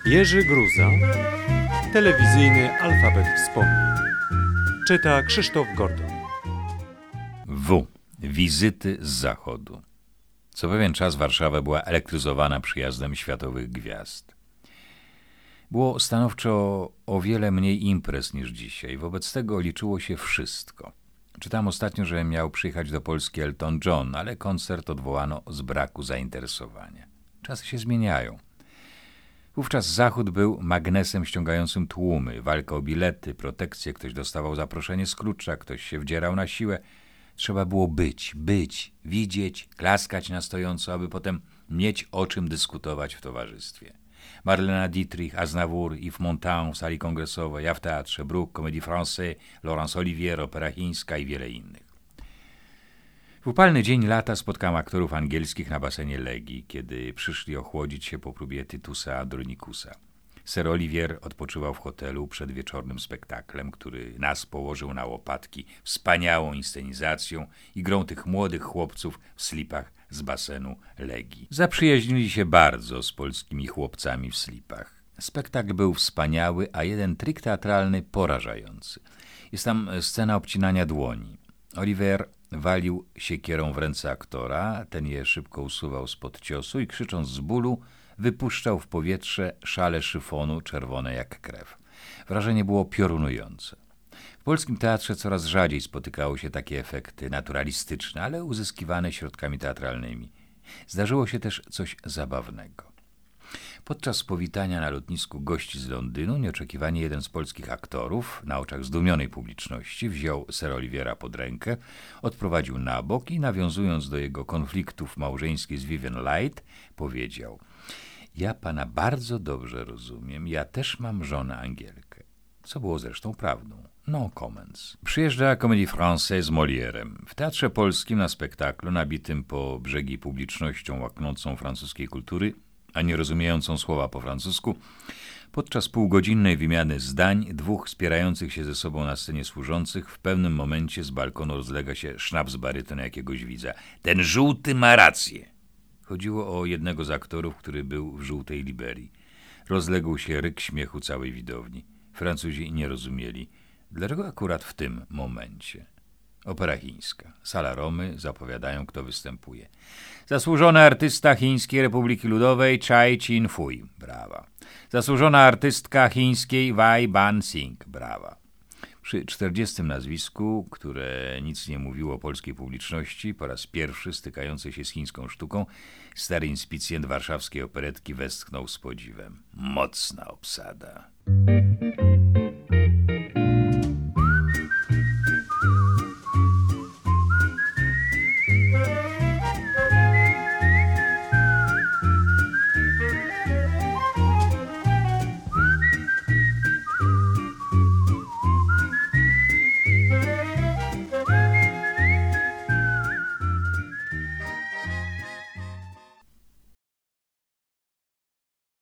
Jerzy Gruza, telewizyjny alfabet wspomnień. Czyta Krzysztof Gordon. Wizyty z zachodu. Co pewien czas Warszawa była elektryzowana przyjazdem światowych gwiazd. Było stanowczo o wiele mniej imprez niż dzisiaj. Wobec tego liczyło się wszystko. Czytam ostatnio, że miał przyjechać do Polski Elton John, ale koncert odwołano z braku zainteresowania. Czasy się zmieniają. Wówczas Zachód był magnesem ściągającym tłumy, walka o bilety, protekcje, ktoś dostawał zaproszenie z klucza, ktoś się wdzierał na siłę. Trzeba było być, widzieć, klaskać na stojąco, aby potem mieć o czym dyskutować w towarzystwie. Marlena Dietrich, Aznavour, Yves Montand w sali kongresowej, ja w teatrze, Bruck, Comédie Française, Laurence Olivier, opera chińska i wiele innych. W upalny dzień lata spotkałem aktorów angielskich na basenie Legii, kiedy przyszli ochłodzić się po próbie Tytusa Andronikusa. Sir Olivier odpoczywał w hotelu przed wieczornym spektaklem, który nas położył na łopatki wspaniałą inscenizacją i grą tych młodych chłopców w slipach z basenu Legii. Zaprzyjaźnili się bardzo z polskimi chłopcami w slipach. Spektakl był wspaniały, a jeden trik teatralny porażający. Jest tam scena obcinania dłoni. Olivier walił siekierą w ręce aktora, ten je szybko usuwał spod ciosu i krzycząc z bólu wypuszczał w powietrze szale szyfonu czerwone jak krew. Wrażenie było piorunujące. W polskim teatrze coraz rzadziej spotykało się takie efekty naturalistyczne, ale uzyskiwane środkami teatralnymi. Zdarzyło się też coś zabawnego. Podczas powitania na lotnisku gości z Londynu nieoczekiwanie jeden z polskich aktorów, na oczach zdumionej publiczności, wziął Sir Oliviera pod rękę, odprowadził na bok i nawiązując do jego konfliktów małżeńskich z Vivien Light, powiedział: ja pana bardzo dobrze rozumiem, ja też mam żonę Angielkę. Co było zresztą prawdą. No comments. Przyjeżdża Comédie Française z Molièrem. W Teatrze Polskim na spektaklu nabitym po brzegi publicznością łaknącą francuskiej kultury, a nie rozumiejącą słowa po francusku, podczas półgodzinnej wymiany zdań dwóch spierających się ze sobą na scenie służących w pewnym momencie z balkonu rozlega się sznaps barytonu jakiegoś widza. Ten żółty ma rację. Chodziło o jednego z aktorów, który był w żółtej liberii. Rozległ się ryk śmiechu całej widowni. Francuzi nie rozumieli, dlaczego akurat w tym momencie. Opera chińska. Sala Romy, zapowiadają, kto występuje. Zasłużony artysta Chińskiej Republiki Ludowej Chai Chin-fui. Brawa. Zasłużona artystka chińskiej Wei Ban-sing. Brawa. Przy 40. nazwisku, które nic nie mówiło o polskiej publiczności, po raz pierwszy stykający się z chińską sztuką, stary inspicjent warszawskiej operetki westchnął z podziwem. Mocna obsada.